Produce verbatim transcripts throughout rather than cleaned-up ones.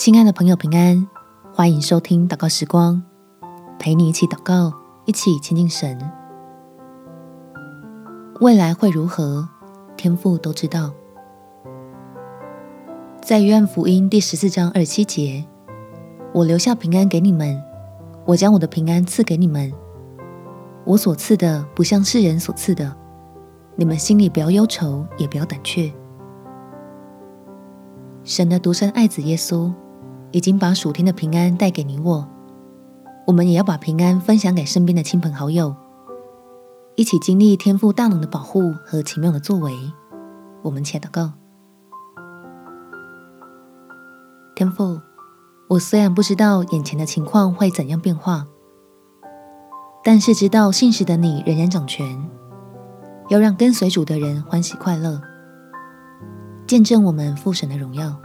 亲爱的朋友平安，欢迎收听祷告时光，陪你一起祷告，一起亲近神。未来会如何，天父都知道。在约翰福音第十四章二十七节，我留下平安给你们，我将我的平安赐给你们，我所赐的不像世人所赐的，你们心里不要忧愁，也不要胆怯。神的独生爱子耶稣已经把属天的平安带给你我，我们也要把平安分享给身边的亲朋好友，一起经历天父大能的保护和奇妙的作为。我们且祷告。天父，我虽然不知道眼前的情况会怎样变化，但是知道信实的你仍然掌权，要让跟随主的人欢喜快乐，见证我们父神的荣耀。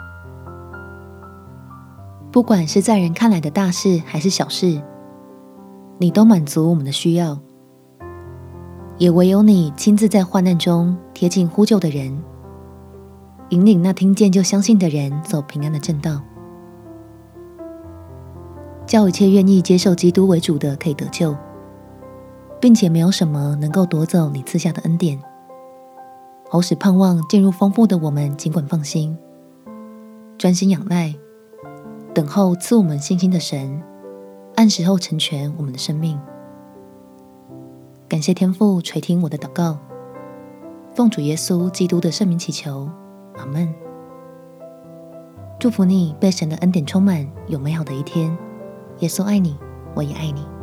不管是在人看来的大事还是小事，你都满足我们的需要，也唯有你亲自在患难中贴近呼救的人，引领那听见就相信的人走平安的正道，叫一切愿意接受基督为主的可以得救，并且没有什么能够夺走你赐下的恩典，好使盼望进入丰富的我们尽管放心，专心仰赖，等候赐我们信心的神，按时候成全我们的生命。感谢天父垂听我的祷告，奉主耶稣基督的圣名祈求，阿们。祝福你被神的恩典充满，有美好的一天。耶稣爱你，我也爱你。